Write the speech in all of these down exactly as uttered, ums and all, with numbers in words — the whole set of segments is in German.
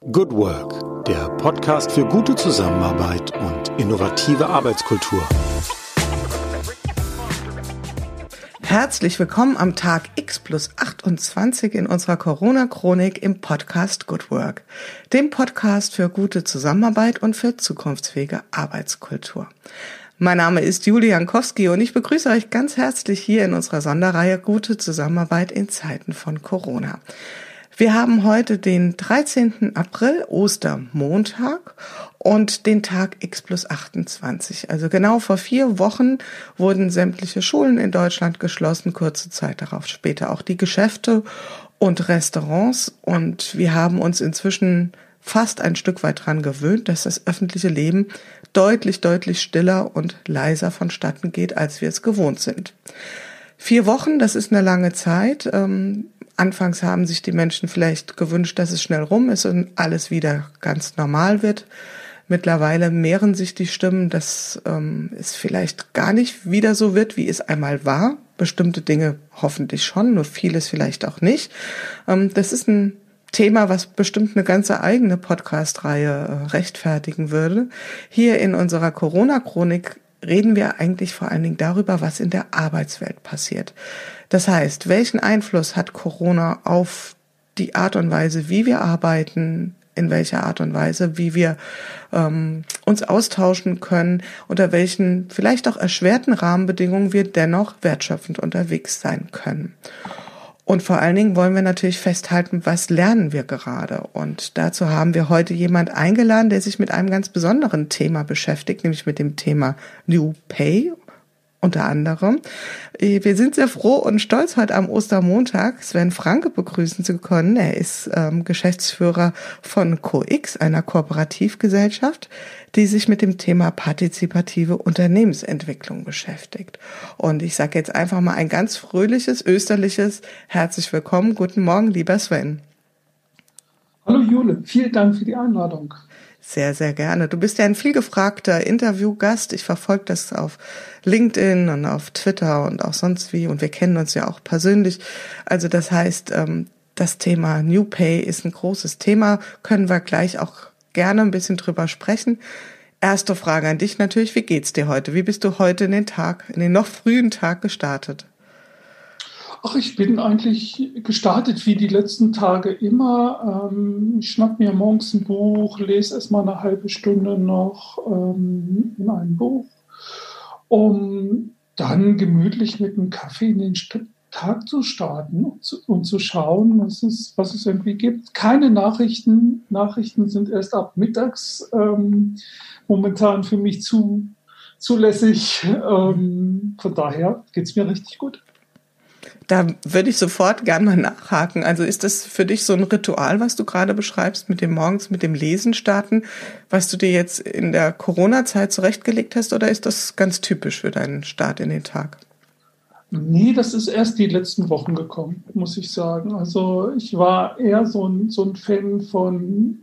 Good Work, der Podcast für gute Zusammenarbeit und innovative Arbeitskultur. Herzlich willkommen am Tag X plus achtundzwanzig in unserer Corona-Chronik im Podcast Good Work, dem Podcast für gute Zusammenarbeit und für zukunftsfähige Arbeitskultur. Mein Name ist Julie Jankowski und ich begrüße euch ganz herzlich hier in unserer Sonderreihe Gute Zusammenarbeit in Zeiten von Corona. Wir haben heute den dreizehnten April, Ostermontag, und den Tag X plus achtundzwanzig. Also genau vor vier Wochen wurden sämtliche Schulen in Deutschland geschlossen, kurze Zeit darauf später auch die Geschäfte und Restaurants. Und wir haben uns inzwischen fast ein Stück weit dran gewöhnt, dass das öffentliche Leben deutlich, deutlich stiller und leiser vonstatten geht, als wir es gewohnt sind. Vier Wochen, das ist eine lange Zeit. Ähm, Anfangs haben sich die Menschen vielleicht gewünscht, dass es schnell rum ist und alles wieder ganz normal wird. Mittlerweile mehren sich die Stimmen, dass ähm, es vielleicht gar nicht wieder so wird, wie es einmal war. Bestimmte Dinge hoffentlich schon, nur vieles vielleicht auch nicht. Ähm, das ist ein Thema, was bestimmt eine ganze eigene Podcast-Reihe äh, rechtfertigen würde. Hier in unserer Corona-Chronik reden wir eigentlich vor allen Dingen darüber, was in der Arbeitswelt passiert. Das heißt, welchen Einfluss hat Corona auf die Art und Weise, wie wir arbeiten, in welcher Art und Weise, wie wir ähm, uns austauschen können, unter welchen vielleicht auch erschwerten Rahmenbedingungen wir dennoch wertschöpfend unterwegs sein können. Und vor allen Dingen wollen wir natürlich festhalten, was lernen wir gerade. Und dazu haben wir heute jemand eingeladen, der sich mit einem ganz besonderen Thema beschäftigt, nämlich mit dem Thema New Pay unter anderem. Wir sind sehr froh und stolz, heute am Ostermontag Sven Franke begrüßen zu können. Er ist ähm, Geschäftsführer von CoX, einer Kooperativgesellschaft, die sich mit dem Thema partizipative Unternehmensentwicklung beschäftigt. Und ich sage jetzt einfach mal ein ganz fröhliches, österliches herzlich willkommen. Guten Morgen, lieber Sven. Hallo Jule, vielen Dank für die Einladung. Sehr, sehr gerne. Du bist ja ein vielgefragter Interviewgast. Ich verfolge das auf LinkedIn und auf Twitter und auch sonst wie. Und wir kennen uns ja auch persönlich. Also das heißt, das Thema New Pay ist ein großes Thema. Können wir gleich auch gerne ein bisschen drüber sprechen. Erste Frage an dich natürlich. Wie geht's dir heute? Wie bist du heute in den Tag, in den noch frühen Tag gestartet? Ach, ich bin eigentlich gestartet wie die letzten Tage immer. Ähm, ich schnapp mir morgens ein Buch, lese erstmal eine halbe Stunde noch ähm, in ein Buch, um dann gemütlich mit einem Kaffee in den St- Tag zu starten und zu, und zu schauen, was es, was es irgendwie gibt. Keine Nachrichten. Nachrichten sind erst ab mittags ähm, momentan für mich zu, zulässig. Ähm, von daher geht's mir richtig gut. Da würde ich sofort gern mal nachhaken. Also ist das für dich so ein Ritual, was du gerade beschreibst, mit dem morgens, mit dem Lesen starten, was du dir jetzt in der Corona-Zeit zurechtgelegt hast, oder ist das ganz typisch für deinen Start in den Tag? Nee, das ist erst die letzten Wochen gekommen, muss ich sagen. Also ich war eher so ein, so ein Fan von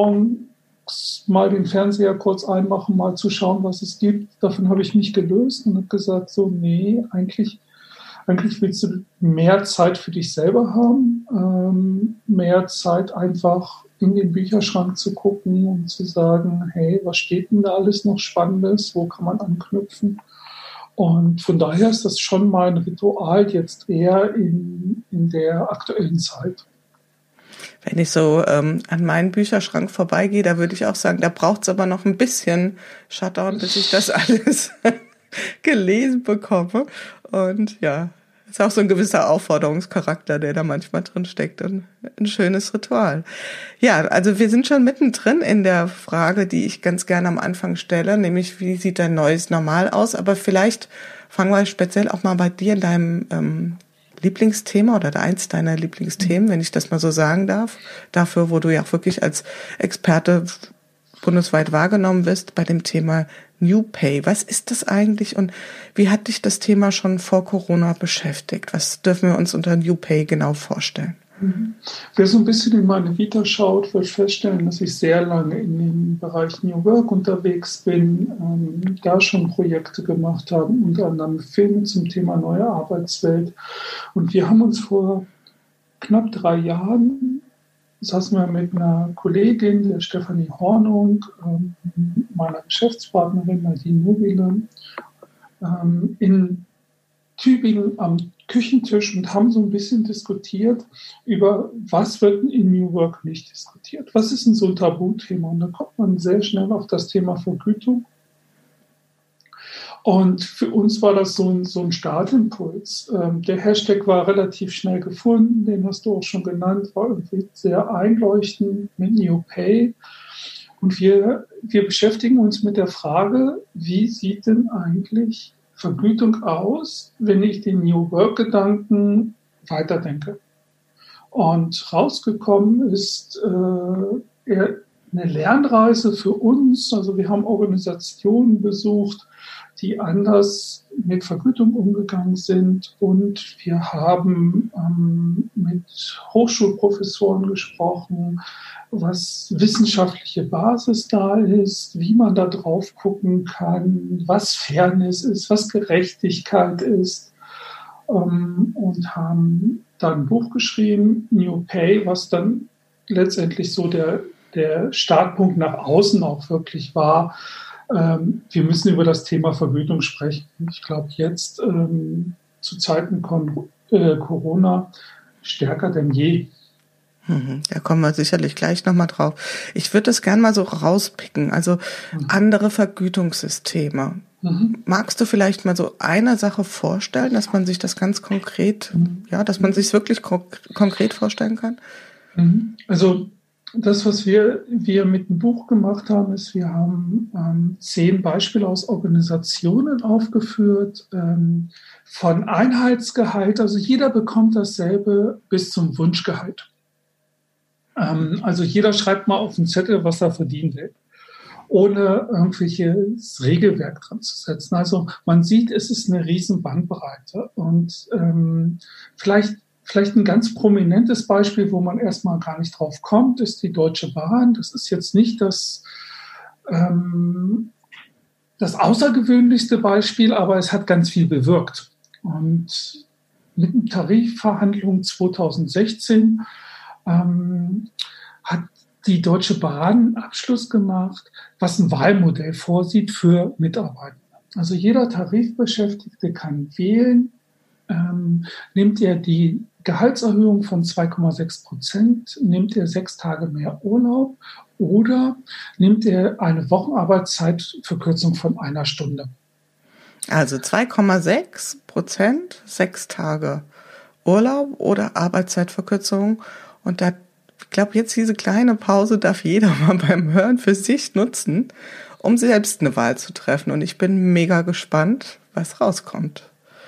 morgens mal den Fernseher kurz einmachen, mal zu schauen, was es gibt. Davon habe ich mich gelöst und habe gesagt, so nee, eigentlich Eigentlich willst du mehr Zeit für dich selber haben, ähm, mehr Zeit einfach in den Bücherschrank zu gucken und zu sagen, hey, was steht denn da alles noch Spannendes, wo kann man anknüpfen? Und von daher ist das schon mein Ritual jetzt eher in, in der aktuellen Zeit. Wenn ich so ähm, an meinen Bücherschrank vorbeigehe, da würde ich auch sagen, da braucht es aber noch ein bisschen Shutdown, bis ich das alles gelesen bekomme. Und ja, ist auch so ein gewisser Aufforderungscharakter, der da manchmal drin steckt, und ein schönes Ritual. Ja, also wir sind schon mittendrin in der Frage, die ich ganz gerne am Anfang stelle, nämlich wie sieht dein neues Normal aus? Aber vielleicht fangen wir speziell auch mal bei dir in deinem ähm, Lieblingsthema oder eins deiner Lieblingsthemen, wenn ich das mal so sagen darf, dafür, wo du ja auch wirklich als Experte bundesweit wahrgenommen wirst, bei dem Thema New Pay. Was ist das eigentlich und wie hat dich das Thema schon vor Corona beschäftigt? Was dürfen wir uns unter New Pay genau vorstellen? Wer so ein bisschen in meine Vita schaut, wird feststellen, dass ich sehr lange in dem Bereich New Work unterwegs bin, ähm, da schon Projekte gemacht habe, unter anderem Filme zum Thema neue Arbeitswelt. Und wir haben uns vor knapp drei Jahren saßen wir mit einer Kollegin, der Stefanie Hornung, ähm, meiner Geschäftspartnerin Nadine Nubile, ähm, in Tübingen am Küchentisch und haben so ein bisschen diskutiert über, was wird in New Work nicht diskutiert. Was ist denn so ein Tabuthema? Und da kommt man sehr schnell auf das Thema Vergütung. Und für uns war das so ein, so ein Startimpuls. Ähm, der Hashtag war relativ schnell gefunden, den hast du auch schon genannt, war irgendwie sehr einleuchtend mit New Pay. Und wir, wir beschäftigen uns mit der Frage, wie sieht denn eigentlich Vergütung aus, wenn ich den New Work-Gedanken weiterdenke? Und rausgekommen ist äh, eher eine Lernreise für uns. Also wir haben Organisationen besucht, die anders mit Vergütung umgegangen sind. Und wir haben ähm, mit Hochschulprofessoren gesprochen, was wissenschaftliche Basis da ist, wie man da drauf gucken kann, was Fairness ist, was Gerechtigkeit ist. Ähm, und haben dann ein Buch geschrieben, New Pay, was dann letztendlich so der, der Startpunkt nach außen auch wirklich war. Ähm, wir müssen über das Thema Vergütung sprechen. Ich glaube, jetzt ähm, zu Zeiten von äh, Corona stärker denn je. Da kommen wir sicherlich gleich nochmal drauf. Ich würde das gerne mal so rauspicken, also mhm. andere Vergütungssysteme. Mhm. Magst du vielleicht mal so eine Sache vorstellen, dass man sich das ganz konkret, mhm. ja, dass man sich es wirklich konk- konkret vorstellen kann? Mhm. Also das, was wir, wir mit dem Buch gemacht haben, ist, wir haben ähm, zehn Beispiele aus Organisationen aufgeführt, ähm, von Einheitsgehalt, also jeder bekommt dasselbe bis zum Wunschgehalt. Ähm, also jeder schreibt mal auf den Zettel, was er verdienen will, ohne irgendwelches Regelwerk dran zu setzen. Also man sieht, es ist eine riesen Bandbreite. Und ähm, vielleicht Vielleicht ein ganz prominentes Beispiel, wo man erstmal gar nicht drauf kommt, ist die Deutsche Bahn. Das ist jetzt nicht das, ähm, das außergewöhnlichste Beispiel, aber es hat ganz viel bewirkt. Und mit den Tarifverhandlungen zweitausendsechzehn ähm, hat die Deutsche Bahn einen Abschluss gemacht, was ein Wahlmodell vorsieht für Mitarbeiter. Also jeder Tarifbeschäftigte kann wählen, ähm, nimmt er die Gehaltserhöhung von zwei Komma sechs Prozent, nimmt er sechs Tage mehr Urlaub oder nimmt er eine Wochenarbeitszeitverkürzung von einer Stunde. Also zwei Komma sechs Prozent, sechs Tage Urlaub oder Arbeitszeitverkürzung. Und da, ich glaube, jetzt diese kleine Pause darf jeder mal beim Hören für sich nutzen, um selbst eine Wahl zu treffen. Und ich bin mega gespannt, was rauskommt.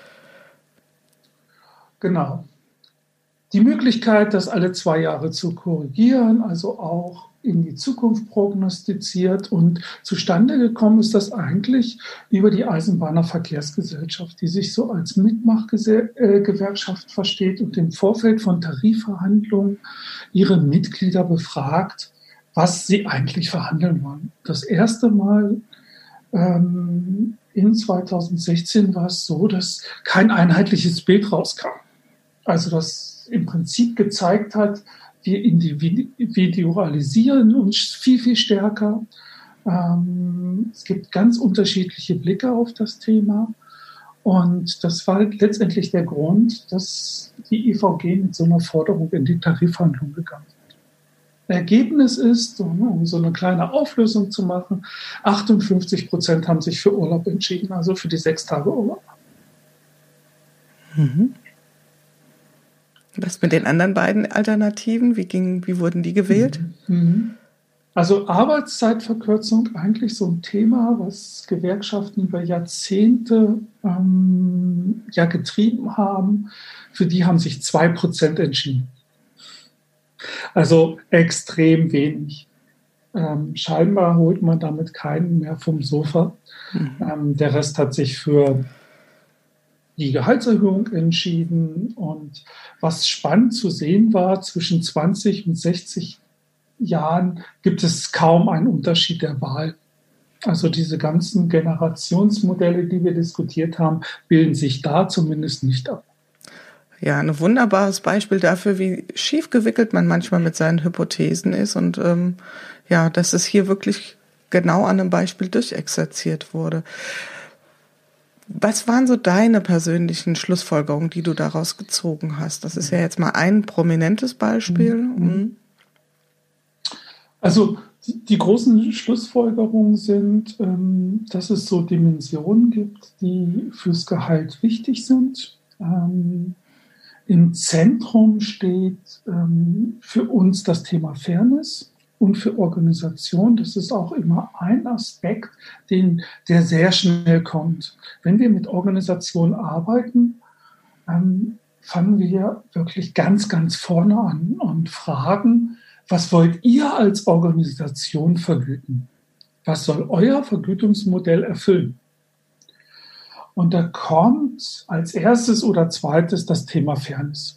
Genau. Die Möglichkeit, das alle zwei Jahre zu korrigieren, also auch in die Zukunft prognostiziert. Und zustande gekommen ist das eigentlich über die Eisenbahnerverkehrsgesellschaft, die sich so als Mitmachgewerkschaft versteht und im Vorfeld von Tarifverhandlungen ihre Mitglieder befragt, was sie eigentlich verhandeln wollen. Das erste Mal ähm, in zweitausendsechzehn war es so, dass kein einheitliches Bild rauskam. Also das im Prinzip gezeigt hat, wir individualisieren uns viel, viel stärker. Ähm, es gibt ganz unterschiedliche Blicke auf das Thema. Und das war letztendlich der Grund, dass die E V G mit so einer Forderung in die Tarifverhandlung gegangen ist. Ergebnis ist, um so eine kleine Auflösung zu machen, achtundfünfzig Prozent haben sich für Urlaub entschieden, also für die sechs Tage Urlaub. Mhm. Was mit den anderen beiden Alternativen? Wie ging, wie wurden die gewählt? Mhm. Also Arbeitszeitverkürzung, eigentlich so ein Thema, was Gewerkschaften über Jahrzehnte ähm, ja getrieben haben. Für die haben sich zwei Prozent entschieden. Also extrem wenig. Ähm, scheinbar holt man damit keinen mehr vom Sofa. Mhm. Ähm, der Rest hat sich für die Gehaltserhöhung entschieden. Und was spannend zu sehen war, zwischen zwanzig und sechzig Jahren gibt es kaum einen Unterschied der Wahl. Also diese ganzen Generationsmodelle, die wir diskutiert haben, bilden sich da zumindest nicht ab. ja ein wunderbares Beispiel dafür, wie schief gewickelt man manchmal mit seinen Hypothesen ist und ähm, ja, dass es hier wirklich genau an einem Beispiel durchexerziert wurde. Was waren so deine persönlichen Schlussfolgerungen, die du daraus gezogen hast? Das ist ja jetzt mal ein prominentes Beispiel. Mhm. Also die großen Schlussfolgerungen sind, dass es so Dimensionen gibt, die fürs Gehalt wichtig sind. Im Zentrum steht für uns das Thema Fairness. Und für Organisation, das ist auch immer ein Aspekt, den, der sehr schnell kommt. Wenn wir mit Organisationen arbeiten, ähm, fangen wir wirklich ganz, ganz vorne an und fragen, was wollt ihr als Organisation vergüten? Was soll euer Vergütungsmodell erfüllen? Und da kommt als erstes oder zweites das Thema Fairness.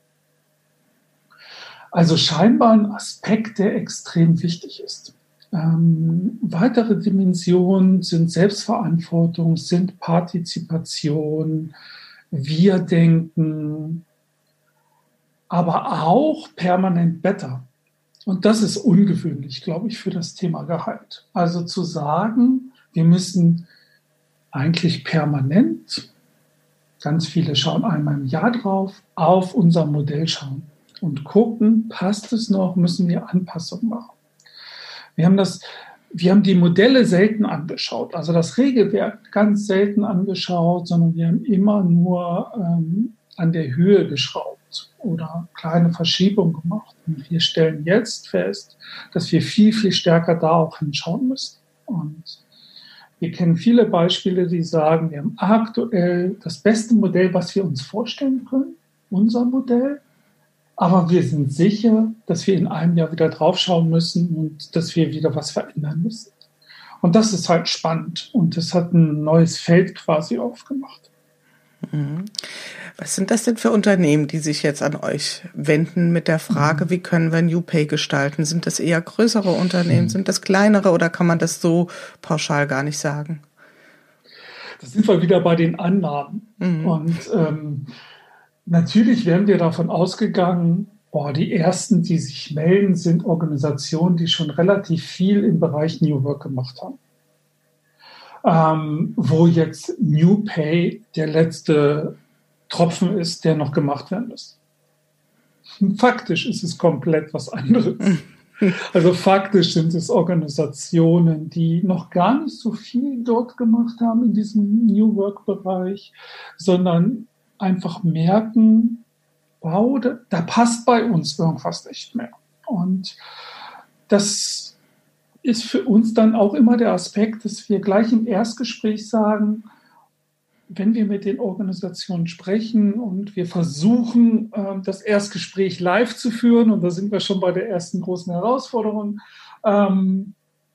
Also scheinbar ein Aspekt, der extrem wichtig ist. Ähm, weitere Dimensionen sind Selbstverantwortung, sind Partizipation, Wir-Denken, aber auch permanent better. Und das ist ungewöhnlich, glaube ich, für das Thema Gehalt. Also zu sagen, wir müssen eigentlich permanent, ganz viele schauen einmal im Jahr drauf, auf unser Modell schauen. Und gucken, passt es noch, müssen wir Anpassungen machen. Wir haben das, wir haben die Modelle selten angeschaut, also das Regelwerk ganz selten angeschaut, sondern wir haben immer nur ähm, an der Höhe geschraubt oder kleine Verschiebungen gemacht. Und wir stellen jetzt fest, dass wir viel, viel stärker da auch hinschauen müssen. Und wir kennen viele Beispiele, die sagen, wir haben aktuell das beste Modell, was wir uns vorstellen können, unser Modell. Aber wir sind sicher, dass wir in einem Jahr wieder draufschauen müssen und dass wir wieder was verändern müssen. Und das ist halt spannend und das hat ein neues Feld quasi aufgemacht. Was sind das denn für Unternehmen, die sich jetzt an euch wenden mit der Frage, wie können wir New Pay gestalten? Sind das eher größere Unternehmen, sind das kleinere oder kann man das so pauschal gar nicht sagen? Da sind wir wieder bei den Annahmen. Mhm. Und ähm, natürlich wären wir davon ausgegangen, boah, die ersten, die sich melden, sind Organisationen, die schon relativ viel im Bereich New Work gemacht haben. Ähm, wo jetzt New Pay der letzte Tropfen ist, der noch gemacht werden muss. Faktisch ist es komplett was anderes. Also faktisch sind es Organisationen, die noch gar nicht so viel dort gemacht haben in diesem New Work-Bereich, sondern einfach merken, wow, da, da passt bei uns irgendwas nicht mehr. Und das ist für uns dann auch immer der Aspekt, dass wir gleich im Erstgespräch sagen, wenn wir mit den Organisationen sprechen und wir versuchen, das Erstgespräch live zu führen, und da sind wir schon bei der ersten großen Herausforderung, ähm,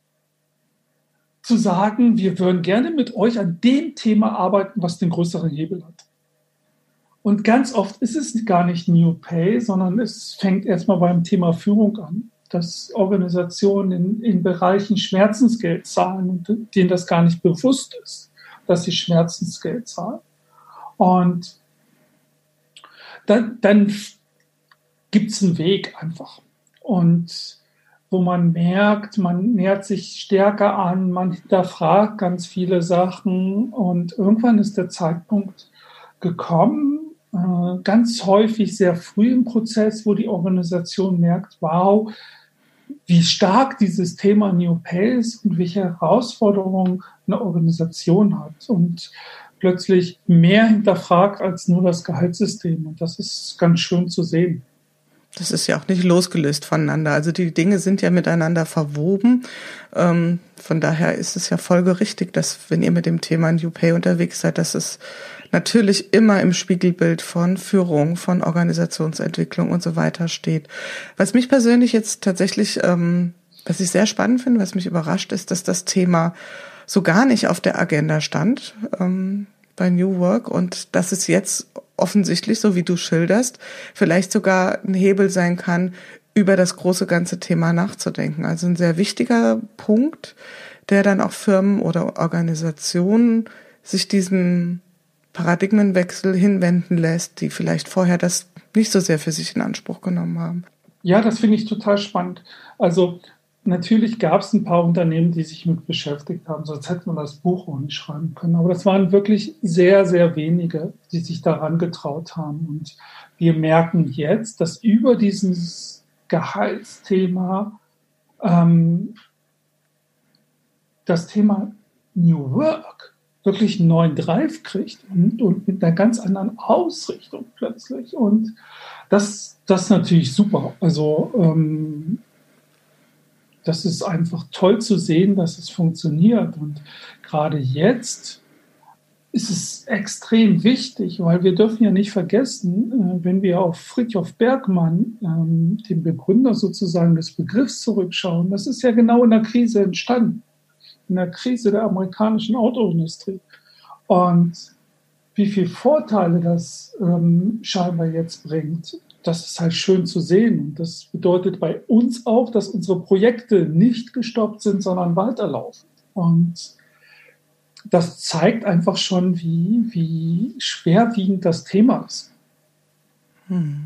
zu sagen, wir würden gerne mit euch an dem Thema arbeiten, was den größeren Hebel hat. Und ganz oft ist es gar nicht New Pay, sondern es fängt erstmal beim Thema Führung an, dass Organisationen in, in Bereichen Schmerzensgeld zahlen und denen das gar nicht bewusst ist, dass sie Schmerzensgeld zahlen. Und dann, dann gibt es einen Weg einfach. Und wo man merkt, man nähert sich stärker an, man hinterfragt ganz viele Sachen und irgendwann ist der Zeitpunkt gekommen, äh, ganz häufig sehr früh im Prozess, wo die Organisation merkt, wow, wie stark dieses Thema New Pay ist und welche Herausforderungen eine Organisation hat und plötzlich mehr hinterfragt als nur das Gehaltssystem. Und das ist ganz schön zu sehen. Das ist ja auch nicht losgelöst voneinander. Also die Dinge sind ja miteinander verwoben. Ähm, von daher ist es ja folgerichtig, dass wenn ihr mit dem Thema New Pay unterwegs seid, dass es natürlich immer im Spiegelbild von Führung, von Organisationsentwicklung und so weiter steht. Was mich persönlich jetzt tatsächlich, ähm, was ich sehr spannend finde, was mich überrascht, ist, dass das Thema so gar nicht auf der Agenda stand ähm, bei New Work und dass es jetzt offensichtlich, so wie du schilderst, vielleicht sogar ein Hebel sein kann, über das große ganze Thema nachzudenken. Also ein sehr wichtiger Punkt, der dann auch Firmen oder Organisationen sich diesen Paradigmenwechsel hinwenden lässt, die vielleicht vorher das nicht so sehr für sich in Anspruch genommen haben. Ja, das finde ich total spannend. Also natürlich gab es ein paar Unternehmen, die sich mit beschäftigt haben, sonst hätte man das Buch auch nicht schreiben können. Aber das waren wirklich sehr, sehr wenige, die sich daran getraut haben. Und wir merken jetzt, dass über dieses Gehaltsthema ähm, das Thema New Work wirklich einen neuen Drive kriegt und, und mit einer ganz anderen Ausrichtung plötzlich. Und das, das ist natürlich super. Also ähm, das ist einfach toll zu sehen, dass es funktioniert. Und gerade jetzt ist es extrem wichtig, weil wir dürfen ja nicht vergessen, wenn wir auf Fridtjof Bergmann, den Begründer sozusagen des Begriffs, zurückschauen, das ist ja genau in der Krise entstanden, in der Krise der amerikanischen Autoindustrie. Und wie viele Vorteile das ähm, scheinbar jetzt bringt, das ist halt schön zu sehen. Und das bedeutet bei uns auch, dass unsere Projekte nicht gestoppt sind, sondern weiterlaufen. Und das zeigt einfach schon, wie, wie schwerwiegend das Thema ist. Hm.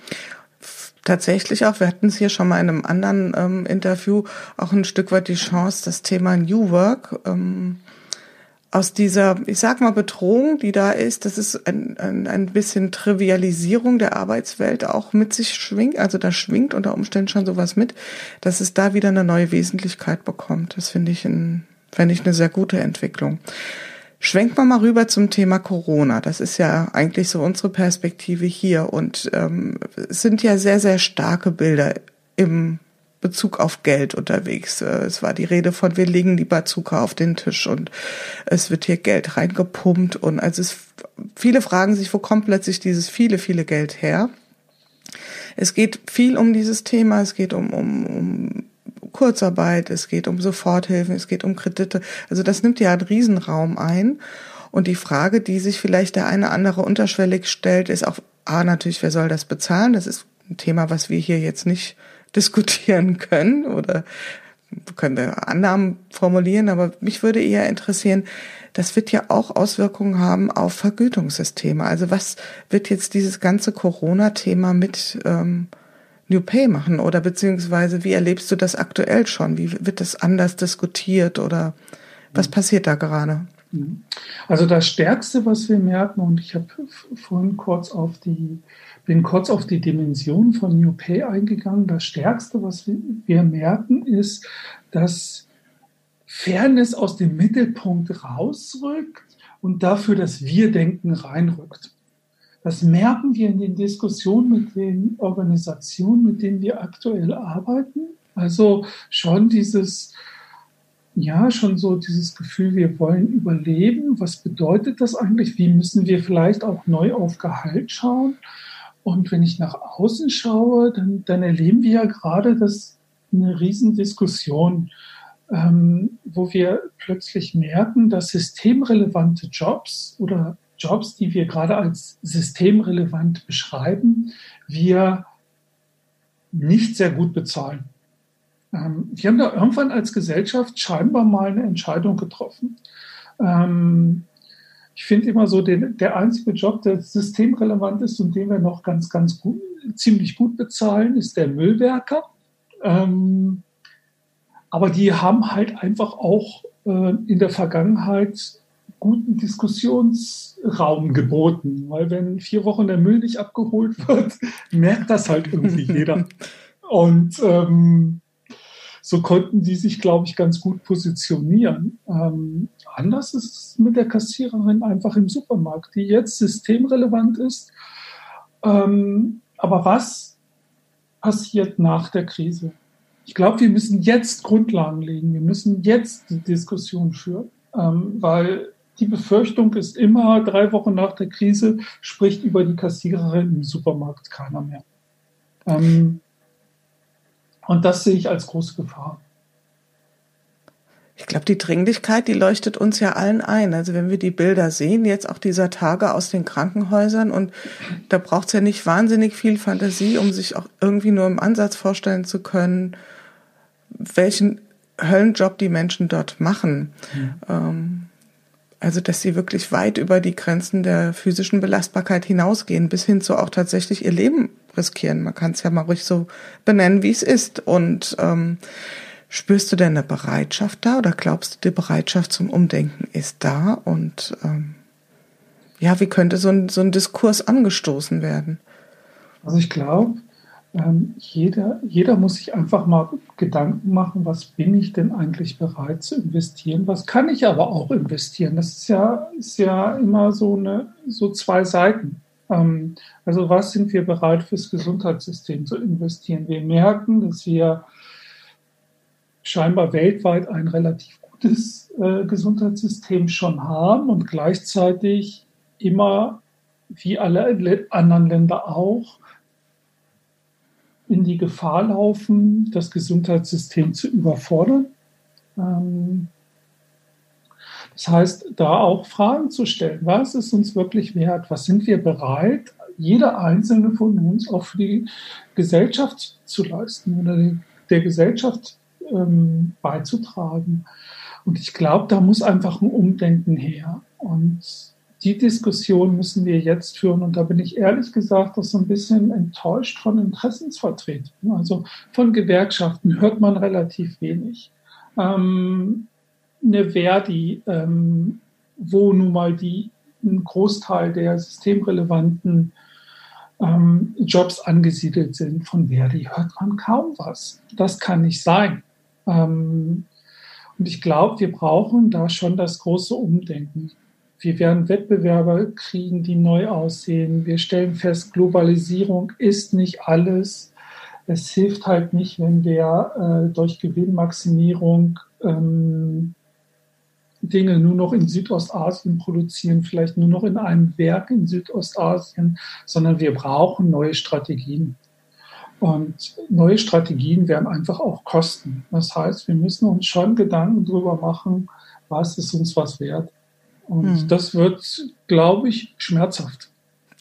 Tatsächlich auch, wir hatten es hier schon mal in einem anderen ähm, Interview, auch ein Stück weit die Chance, das Thema New Work ähm, aus dieser, ich sag mal, Bedrohung, die da ist, das ist ein, ein, ein bisschen Trivialisierung der Arbeitswelt auch mit sich schwingt, also da schwingt unter Umständen schon sowas mit, dass es da wieder eine neue Wesentlichkeit bekommt. Das finde ich, ein, finde ich eine sehr gute Entwicklung. Schwenken wir mal rüber zum Thema Corona. Das ist ja eigentlich so unsere Perspektive hier und ähm, es sind ja sehr, sehr starke Bilder im Bezug auf Geld unterwegs. Es war die Rede von, wir legen lieber Zucker auf den Tisch und es wird hier Geld reingepumpt und also es, viele fragen sich, wo kommt plötzlich dieses viele, viele Geld her? Es geht viel um dieses Thema, es geht um, um, um Kurzarbeit, es geht um Soforthilfen, es geht um Kredite. Also das nimmt ja einen Riesenraum ein und die Frage, die sich vielleicht der eine oder andere unterschwellig stellt, ist auch, ah, natürlich, wer soll das bezahlen? Das ist ein Thema, was wir hier jetzt nicht diskutieren können oder können wir Annahmen formulieren, aber mich würde eher interessieren, das wird ja auch Auswirkungen haben auf Vergütungssysteme. Also was wird jetzt dieses ganze Corona-Thema mit ähm, New Pay machen oder beziehungsweise wie erlebst du das aktuell schon? Wie wird das anders diskutiert oder was passiert da gerade? Also das Stärkste, was wir merken, und ich habe vorhin kurz auf die bin kurz auf die Dimension von New Pay eingegangen. Das Stärkste, was wir merken, ist, dass Fairness aus dem Mittelpunkt rausrückt und dafür das Wir-Denken reinrückt. Das merken wir in den Diskussionen mit den Organisationen, mit denen wir aktuell arbeiten. Also schon dieses, ja, schon so dieses Gefühl, wir wollen überleben. Was bedeutet das eigentlich? Wie müssen wir vielleicht auch neu auf Gehalt schauen? Und wenn ich nach außen schaue, dann, dann erleben wir ja gerade das eine Riesendiskussion, ähm, wo wir plötzlich merken, dass systemrelevante Jobs oder Jobs, die wir gerade als systemrelevant beschreiben, wir nicht sehr gut bezahlen. Ähm, wir haben da irgendwann als Gesellschaft scheinbar mal eine Entscheidung getroffen. Ähm, Ich finde immer so, den, der einzige Job, der systemrelevant ist und den wir noch ganz, ganz gut, ziemlich gut bezahlen, ist der Müllwerker. Ähm, aber die haben halt einfach auch äh, in der Vergangenheit guten Diskussionsraum geboten. Weil wenn vier Wochen der Müll nicht abgeholt wird, merkt das halt irgendwie jeder. Und ähm, so konnten die sich, glaube ich, ganz gut positionieren. Ähm, anders ist es mit der Kassiererin einfach im Supermarkt, die jetzt systemrelevant ist. Ähm, aber was passiert nach der Krise? Ich glaube, wir müssen jetzt Grundlagen legen. Wir müssen jetzt die Diskussion führen, ähm, weil die Befürchtung ist immer, drei Wochen nach der Krise spricht über die Kassiererin im Supermarkt keiner mehr. Ähm, Und das sehe ich als große Gefahr. Ich glaube, die Dringlichkeit, die leuchtet uns ja allen ein. Also wenn wir die Bilder sehen, jetzt auch dieser Tage aus den Krankenhäusern, und da braucht es ja nicht wahnsinnig viel Fantasie, um sich auch irgendwie nur im Ansatz vorstellen zu können, welchen Höllenjob die Menschen dort machen. Mhm. Ähm, Also, dass sie wirklich weit über die Grenzen der physischen Belastbarkeit hinausgehen, bis hin zu auch tatsächlich ihr Leben riskieren. Man kann es ja mal ruhig so benennen, wie es ist. Und ähm, spürst du denn eine Bereitschaft da oder glaubst du, die Bereitschaft zum Umdenken ist da? Und ähm, ja, wie könnte so ein, so ein Diskurs angestoßen werden? Also ich glaube, ähm, jeder, jeder muss sich einfach mal Gedanken machen, was bin ich denn eigentlich bereit zu investieren? Was kann ich aber auch investieren? Das ist ja, ist ja immer so, eine, so zwei Seiten. Ähm, also was sind wir bereit fürs Gesundheitssystem zu investieren? Wir merken, dass wir scheinbar weltweit ein relativ gutes äh, Gesundheitssystem schon haben und gleichzeitig immer, wie alle anderen Länder auch, in die Gefahr laufen, das Gesundheitssystem zu überfordern. Ähm, das heißt, da auch Fragen zu stellen. Was ist uns wirklich wert? Was sind wir bereit, jeder einzelne von uns auch für die Gesellschaft zu leisten oder der Gesellschaft ähm, beizutragen? Und ich glaube, da muss einfach ein Umdenken her. Und die Diskussion müssen wir jetzt führen. Und da bin ich ehrlich gesagt auch so ein bisschen enttäuscht von Interessensvertretungen. Also von Gewerkschaften hört man relativ wenig. Ähm, eine Verdi, ähm, wo nun mal die, ein Großteil der systemrelevanten ähm, Jobs angesiedelt sind, von Verdi hört man kaum was. Das kann nicht sein. Ähm, und ich glaube, wir brauchen da schon das große Umdenken. Wir werden Wettbewerber kriegen, die neu aussehen. Wir stellen fest, Globalisierung ist nicht alles. Es hilft halt nicht, wenn wir äh, durch Gewinnmaximierung ähm, Dinge nur noch in Südostasien produzieren, vielleicht nur noch in einem Werk in Südostasien, sondern wir brauchen neue Strategien. Und neue Strategien werden einfach auch kosten. Das heißt, wir müssen uns schon Gedanken darüber machen, was ist uns was wert. Und hm. das wird, glaube ich, schmerzhaft.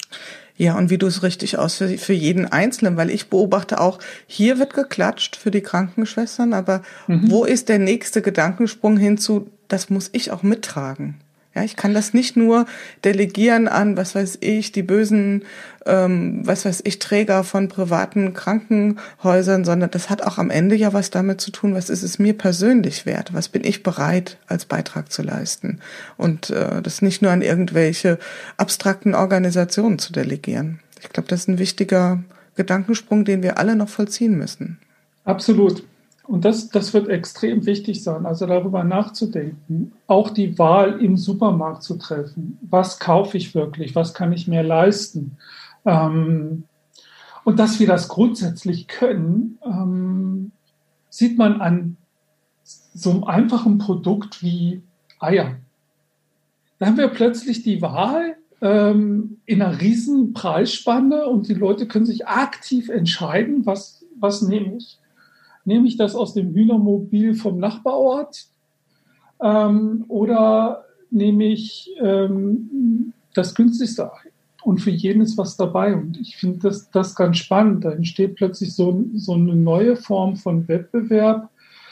Ja, und wie du es richtig aus für, für jeden Einzelnen, weil ich beobachte auch, hier wird geklatscht für die Krankenschwestern, aber mhm. wo ist der nächste Gedankensprung hinzu, das muss ich auch mittragen. Ja, ich kann das nicht nur delegieren an, was weiß ich, die bösen, ähm, was weiß ich, Träger von privaten Krankenhäusern, sondern das hat auch am Ende ja was damit zu tun, was ist es mir persönlich wert, was bin ich bereit als Beitrag zu leisten und äh, das nicht nur an irgendwelche abstrakten Organisationen zu delegieren. Ich glaube, das ist ein wichtiger Gedankensprung, den wir alle noch vollziehen müssen. Absolut. Und das, das wird extrem wichtig sein, also darüber nachzudenken, auch die Wahl im Supermarkt zu treffen. Was kaufe ich wirklich? Was kann ich mir leisten? Ähm, und dass wir das grundsätzlich können, ähm, sieht man an so einem einfachen Produkt wie Eier. Da haben wir plötzlich die Wahl ähm, in einer riesen Preisspanne und die Leute können sich aktiv entscheiden, was, was nehme ich. Nehme ich das aus dem Hühnermobil vom Nachbarort ähm, oder nehme ich ähm, das günstigste Ei? Und für jeden ist was dabei. Und ich finde das, das ganz spannend. Da entsteht plötzlich so, so eine neue Form von Wettbewerb,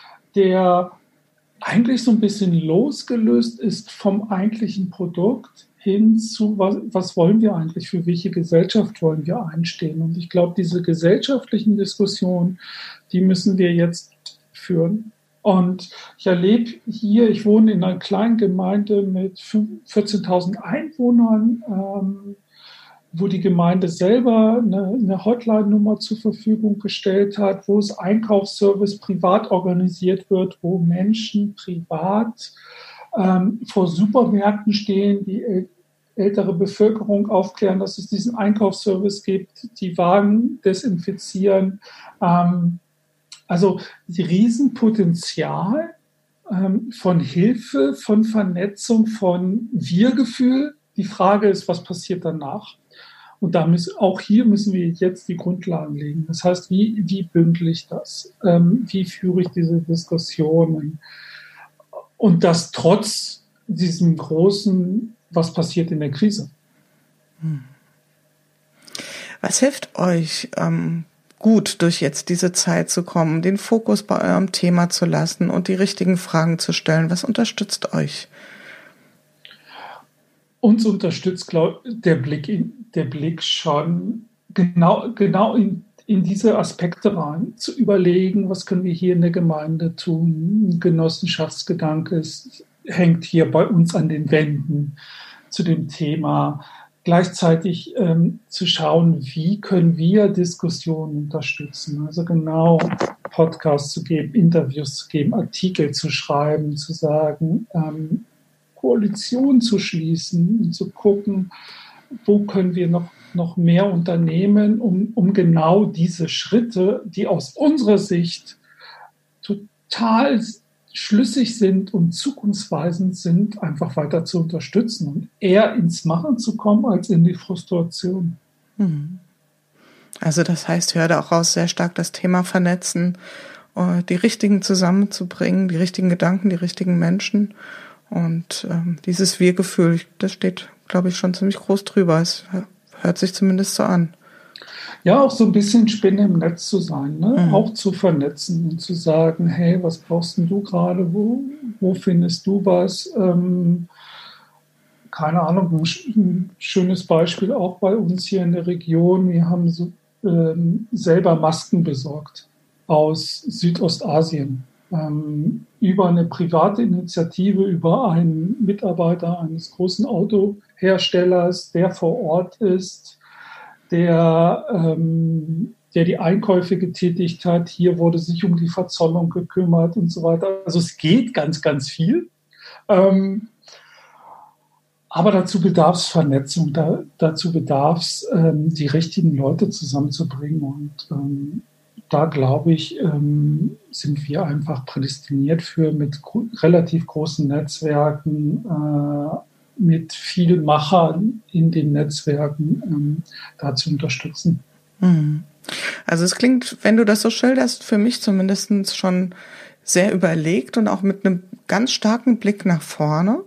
der eigentlich so ein bisschen losgelöst ist vom eigentlichen Produkt hin zu, was, was wollen wir eigentlich, für welche Gesellschaft wollen wir einstehen. Und ich glaube, diese gesellschaftlichen Diskussionen, die müssen wir jetzt führen. Und ich erlebe hier, ich wohne in einer kleinen Gemeinde mit vierzehntausend Einwohnern, ähm, wo die Gemeinde selber eine, eine Hotline-Nummer zur Verfügung gestellt hat, wo es Einkaufsservice privat organisiert wird, wo Menschen privat ähm, vor Supermärkten stehen, die äl- ältere Bevölkerung aufklären, dass es diesen Einkaufsservice gibt, die Wagen desinfizieren. Ähm, also die Riesenpotenzial ähm, von Hilfe, von Vernetzung, von Wir-Gefühl. Die Frage ist, was passiert danach? Und da müssen, auch hier müssen wir jetzt die Grundlagen legen. Das heißt, wie, wie bündel ich das? Ähm, wie führe ich diese Diskussionen? Und das trotz diesem großen, was passiert in der Krise. Was hilft euch, ähm, gut durch jetzt diese Zeit zu kommen, den Fokus bei eurem Thema zu lassen und die richtigen Fragen zu stellen? Was unterstützt euch? uns unterstützt glaub, der Blick, in, der Blick schon genau, genau in, in diese Aspekte rein, zu überlegen, was können wir hier in der Gemeinde tun. Ein Genossenschaftsgedanke ist, hängt hier bei uns an den Wänden zu dem Thema. Gleichzeitig ähm, zu schauen, wie können wir Diskussionen unterstützen. Also genau Podcasts zu geben, Interviews zu geben, Artikel zu schreiben, zu sagen, ähm, Koalition zu schließen und zu gucken, wo können wir noch, noch mehr unternehmen, um, um genau diese Schritte, die aus unserer Sicht total schlüssig sind und zukunftsweisend sind, einfach weiter zu unterstützen und eher ins Machen zu kommen als in die Frustration. Also das heißt, ich höre da auch raus, sehr stark das Thema vernetzen, die Richtigen zusammenzubringen, die richtigen Gedanken, die richtigen Menschen. Und ähm, dieses Wir-Gefühl, das steht, glaube ich, schon ziemlich groß drüber. Es hört sich zumindest so an. Ja, auch so ein bisschen Spinne im Netz zu sein, ne? Mhm. Auch zu vernetzen und zu sagen, hey, was brauchst denn du gerade? Wo, wo findest du was? Ähm, keine Ahnung, ein, ein schönes Beispiel auch bei uns hier in der Region. Wir haben so, ähm, selber Masken besorgt aus Südostasien. Ähm, über eine private Initiative, über einen Mitarbeiter eines großen Autoherstellers, der vor Ort ist, der, ähm, der die Einkäufe getätigt hat. Hier wurde sich um die Verzollung gekümmert und so weiter. Also es geht ganz, ganz viel. Ähm, aber dazu bedarf es Vernetzung, da, dazu bedarf es, ähm, die richtigen Leute zusammenzubringen. Und ähm, da, glaube ich, ähm, sind wir einfach prädestiniert für, mit gro- relativ großen Netzwerken, äh, mit vielen Machern in den Netzwerken ähm, da zu unterstützen. Also es klingt, wenn du das so schilderst, für mich zumindest schon sehr überlegt und auch mit einem ganz starken Blick nach vorne.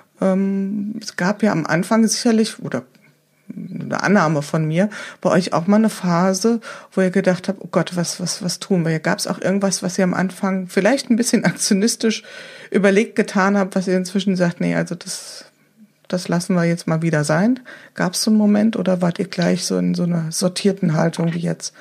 Ähm, es gab ja am Anfang sicherlich, oder eine Annahme von mir, bei euch auch mal eine Phase, wo ihr gedacht habt, oh Gott, was, was, was tun wir? Gab es auch irgendwas, was ihr am Anfang vielleicht ein bisschen aktionistisch überlegt getan habt, was ihr inzwischen sagt, nee, also das Das lassen wir jetzt mal wieder sein. Gab es so einen Moment oder wart ihr gleich so in so einer sortierten Haltung wie jetzt?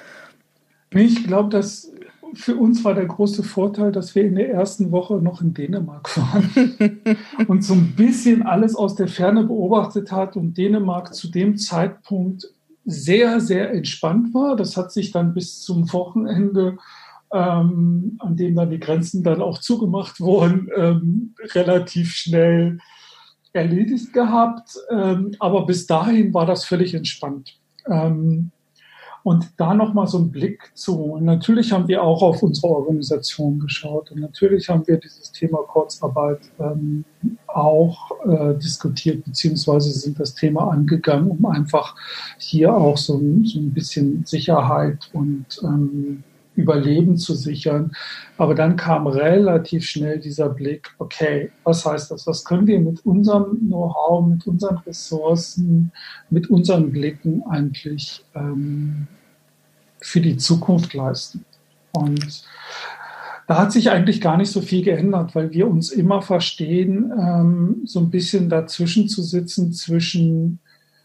Ich glaube, dass für uns war der große Vorteil, dass wir in der ersten Woche noch in Dänemark waren und so ein bisschen alles aus der Ferne beobachtet hat und Dänemark zu dem Zeitpunkt sehr, sehr entspannt war. Das hat sich dann bis zum Wochenende, ähm, an dem dann die Grenzen dann auch zugemacht wurden, ähm, relativ schnell erledigt gehabt, ähm, aber bis dahin war das völlig entspannt. Ähm, und da nochmal so einen Blick zu, und natürlich haben wir auch auf unsere Organisation geschaut und natürlich haben wir dieses Thema Kurzarbeit ähm, auch äh, diskutiert, beziehungsweise sind das Thema angegangen, um einfach hier auch so, so ein bisschen Sicherheit und ähm, Überleben zu sichern. Aber dann kam relativ schnell dieser Blick, okay, was heißt das? Was können wir mit unserem Know-how, mit unseren Ressourcen, mit unseren Blicken eigentlich ähm, für die Zukunft leisten? Und da hat sich eigentlich gar nicht so viel geändert, weil wir uns immer verstehen, ähm, so ein bisschen dazwischen zu sitzen, zwischen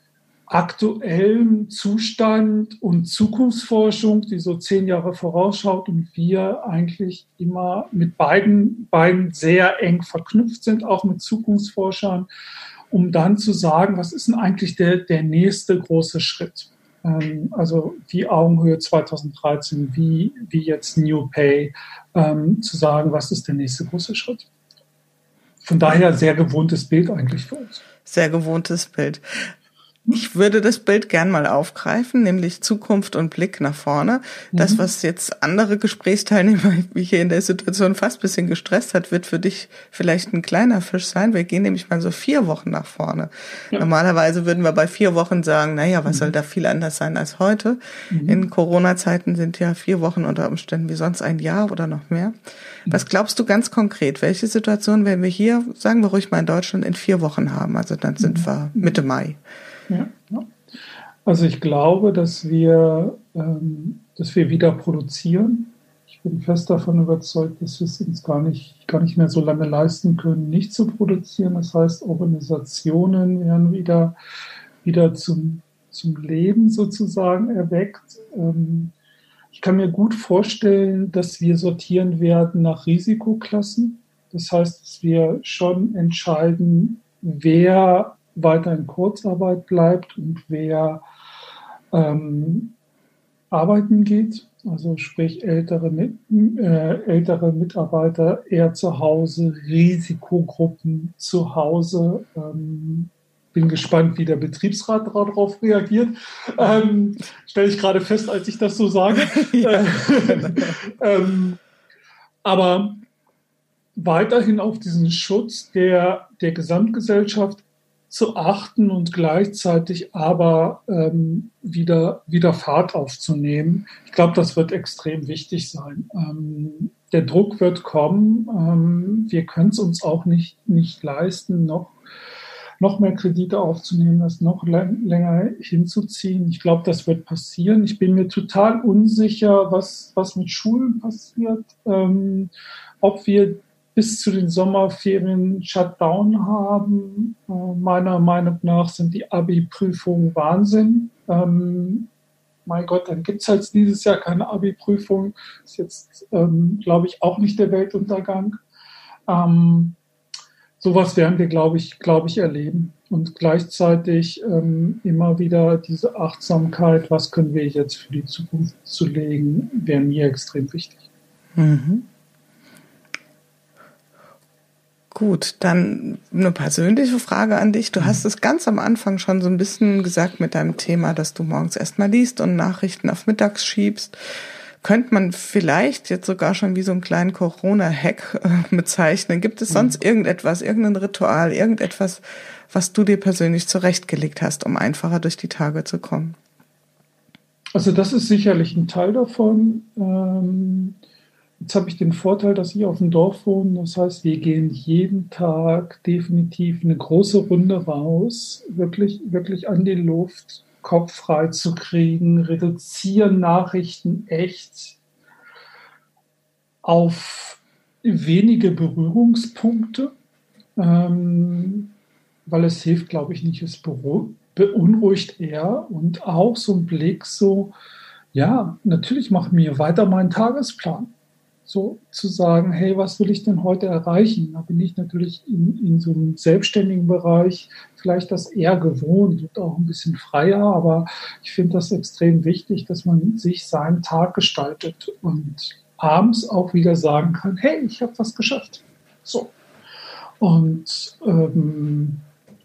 aktuellem Zustand und Zukunftsforschung, die so zehn Jahre vorausschaut und wir eigentlich immer mit beiden, beiden sehr eng verknüpft sind, auch mit Zukunftsforschern, um dann zu sagen, was ist denn eigentlich der, der nächste große Schritt? Ähm, also wie Augenhöhe zweitausenddreizehn, wie, wie jetzt New Pay, ähm, zu sagen, was ist der nächste große Schritt? Von daher sehr gewohntes Bild eigentlich für uns. Sehr gewohntes Bild. Ich würde das Bild gern mal aufgreifen, nämlich Zukunft und Blick nach vorne. Das, was jetzt andere Gesprächsteilnehmer wie hier in der Situation fast ein bisschen gestresst hat, wird für dich vielleicht ein kleiner Fisch sein. Wir gehen nämlich mal so vier Wochen nach vorne. Ja. Normalerweise würden wir bei vier Wochen sagen, naja, was mhm. soll da viel anders sein als heute? Mhm. In Corona-Zeiten sind ja vier Wochen unter Umständen wie sonst ein Jahr oder noch mehr. Mhm. Was glaubst du ganz konkret? Welche Situation werden wir hier, sagen wir ruhig mal in Deutschland, in vier Wochen haben? Also dann sind mhm. wir Mitte Mai. Ja, ja. Also ich glaube, dass wir, ähm, dass wir wieder produzieren. Ich bin fest davon überzeugt, dass wir es uns gar nicht, gar nicht mehr so lange leisten können, nicht zu produzieren. Das heißt, Organisationen werden wieder, wieder zum, zum Leben sozusagen erweckt. Ich kann mir gut vorstellen, dass wir sortieren werden nach Risikoklassen. Das heißt, dass wir schon entscheiden, wer weiter in Kurzarbeit bleibt und wer ähm, arbeiten geht. Also sprich ältere, äh, ältere Mitarbeiter eher zu Hause, Risikogruppen zu Hause. Ähm, bin gespannt, wie der Betriebsrat darauf reagiert. Ähm, stelle ich gerade fest, als ich das so sage. Ja, ähm, aber weiterhin auf diesen Schutz der, der Gesamtgesellschaft zu achten und gleichzeitig aber ähm, wieder, wieder Fahrt aufzunehmen. Ich glaube, das wird extrem wichtig sein. Ähm, der Druck wird kommen. Ähm, wir können es uns auch nicht, nicht leisten, noch, noch mehr Kredite aufzunehmen, das noch länger hinzuziehen. Ich glaube, das wird passieren. Ich bin mir total unsicher, was, was mit Schulen passiert, ähm, ob wir bis zu den Sommerferien Shutdown haben. Äh, meiner Meinung nach sind die Abi-Prüfungen Wahnsinn. Ähm, mein Gott, dann gibt es halt dieses Jahr keine Abi-Prüfung. Ist jetzt, ähm, glaube ich, auch nicht der Weltuntergang. Ähm, sowas werden wir, glaube ich, glaube ich, erleben. Und gleichzeitig ähm, immer wieder diese Achtsamkeit, was können wir jetzt für die Zukunft zu legen, wäre mir extrem wichtig. Mhm. Gut, dann eine persönliche Frage an dich. Du hast es ganz am Anfang schon so ein bisschen gesagt mit deinem Thema, dass du morgens erstmal liest und Nachrichten auf mittags schiebst. Könnte man vielleicht jetzt sogar schon wie so einen kleinen Corona-Hack äh, bezeichnen? Gibt es sonst irgendetwas, irgendein Ritual, irgendetwas, was du dir persönlich zurechtgelegt hast, um einfacher durch die Tage zu kommen? Also das ist sicherlich ein Teil davon. Ähm Jetzt habe ich den Vorteil, dass ich auf dem Dorf wohne. Das heißt, wir gehen jeden Tag definitiv eine große Runde raus, wirklich, wirklich an die Luft, Kopf frei zu kriegen, reduzieren Nachrichten echt auf wenige Berührungspunkte, ähm, weil es hilft, glaube ich, nicht. Es beunruhigt eher und auch so ein Blick so, ja, natürlich machen wir weiter meinen Tagesplan. So zu sagen, hey, was will ich denn heute erreichen? Da bin ich natürlich in, in so einem selbstständigen Bereich vielleicht das eher gewohnt und auch ein bisschen freier, aber ich finde das extrem wichtig, dass man sich seinen Tag gestaltet und abends auch wieder sagen kann, hey, ich habe was geschafft. So. Und ähm,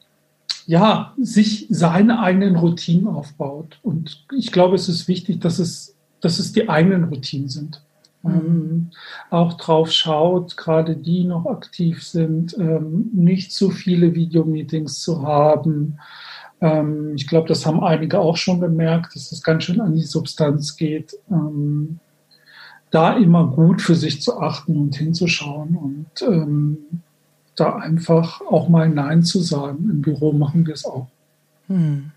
ja, sich seine eigenen Routinen aufbaut. Und ich glaube, es ist wichtig, dass es, dass es die eigenen Routinen sind. Ähm, auch drauf schaut, gerade die noch aktiv sind, ähm, nicht zu viele Videomeetings zu haben. Ähm, ich glaube, das haben einige auch schon gemerkt, dass es ganz schön an die Substanz geht. Ähm, da immer gut für sich zu achten und hinzuschauen und ähm, da einfach auch mal Nein zu sagen. Im Büro machen wir es auch. Hm.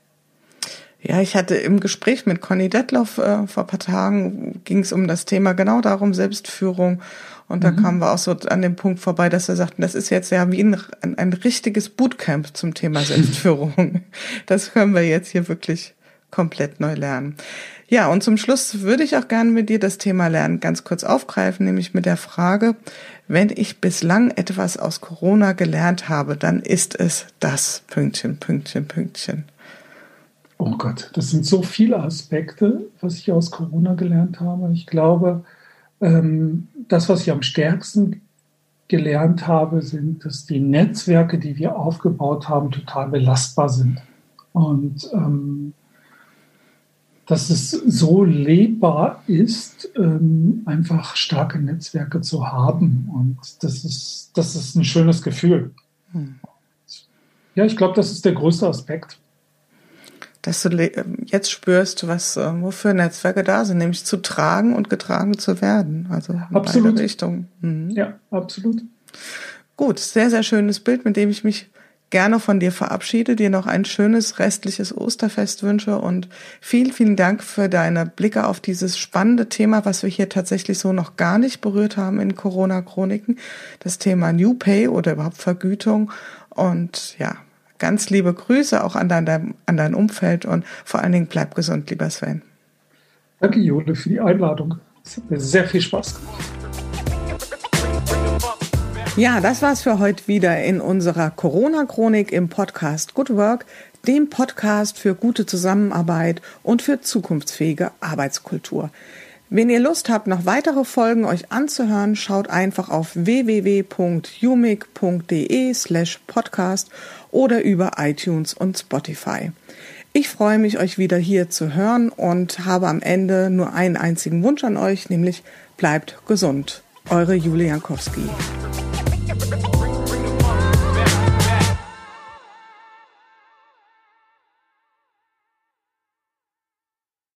Ja, ich hatte im Gespräch mit Conny Detloff äh, vor ein paar Tagen, ging es um das Thema genau darum, Selbstführung. Und da mhm. kamen wir auch so an den Punkt vorbei, dass wir sagten, das ist jetzt ja wie ein, ein, ein richtiges Bootcamp zum Thema Selbstführung. Das können wir jetzt hier wirklich komplett neu lernen. Ja, und zum Schluss würde ich auch gerne mit dir das Thema Lernen ganz kurz aufgreifen, nämlich mit der Frage, wenn ich bislang etwas aus Corona gelernt habe, dann ist es das Pünktchen, Pünktchen, Pünktchen. Oh Gott, das sind so viele Aspekte, was ich aus Corona gelernt habe. Ich glaube, ähm, das, was ich am stärksten gelernt habe, sind, dass die Netzwerke, die wir aufgebaut haben, total belastbar sind. Und ähm, dass es so lebbar ist, ähm, einfach starke Netzwerke zu haben. Und das ist, das ist ein schönes Gefühl. Hm. Ja, ich glaube, das ist der größte Aspekt. Dass du jetzt spürst, was, wofür Netzwerke da sind, nämlich zu tragen und getragen zu werden. Also in absolut. beide Richtungen. Mhm. Ja, absolut. Gut, sehr, sehr schönes Bild, mit dem ich mich gerne von dir verabschiede, dir noch ein schönes restliches Osterfest wünsche und vielen, vielen Dank für deine Blicke auf dieses spannende Thema, was wir hier tatsächlich so noch gar nicht berührt haben in Corona-Chroniken, das Thema New Pay oder überhaupt Vergütung. Und ja, ganz liebe Grüße auch an dein, an dein Umfeld und vor allen Dingen bleib gesund, lieber Sven. Danke, Jule, für die Einladung. Es hat mir sehr viel Spaß gemacht. Ja, das war's für heute wieder in unserer Corona-Chronik im Podcast Good Work, dem Podcast für gute Zusammenarbeit und für zukunftsfähige Arbeitskultur. Wenn ihr Lust habt, noch weitere Folgen euch anzuhören, schaut einfach auf w w w punkt umic punkt d e slash podcast oder über iTunes und Spotify. Ich freue mich, euch wieder hier zu hören und habe am Ende nur einen einzigen Wunsch an euch, nämlich bleibt gesund. Eure Julia Jankowski.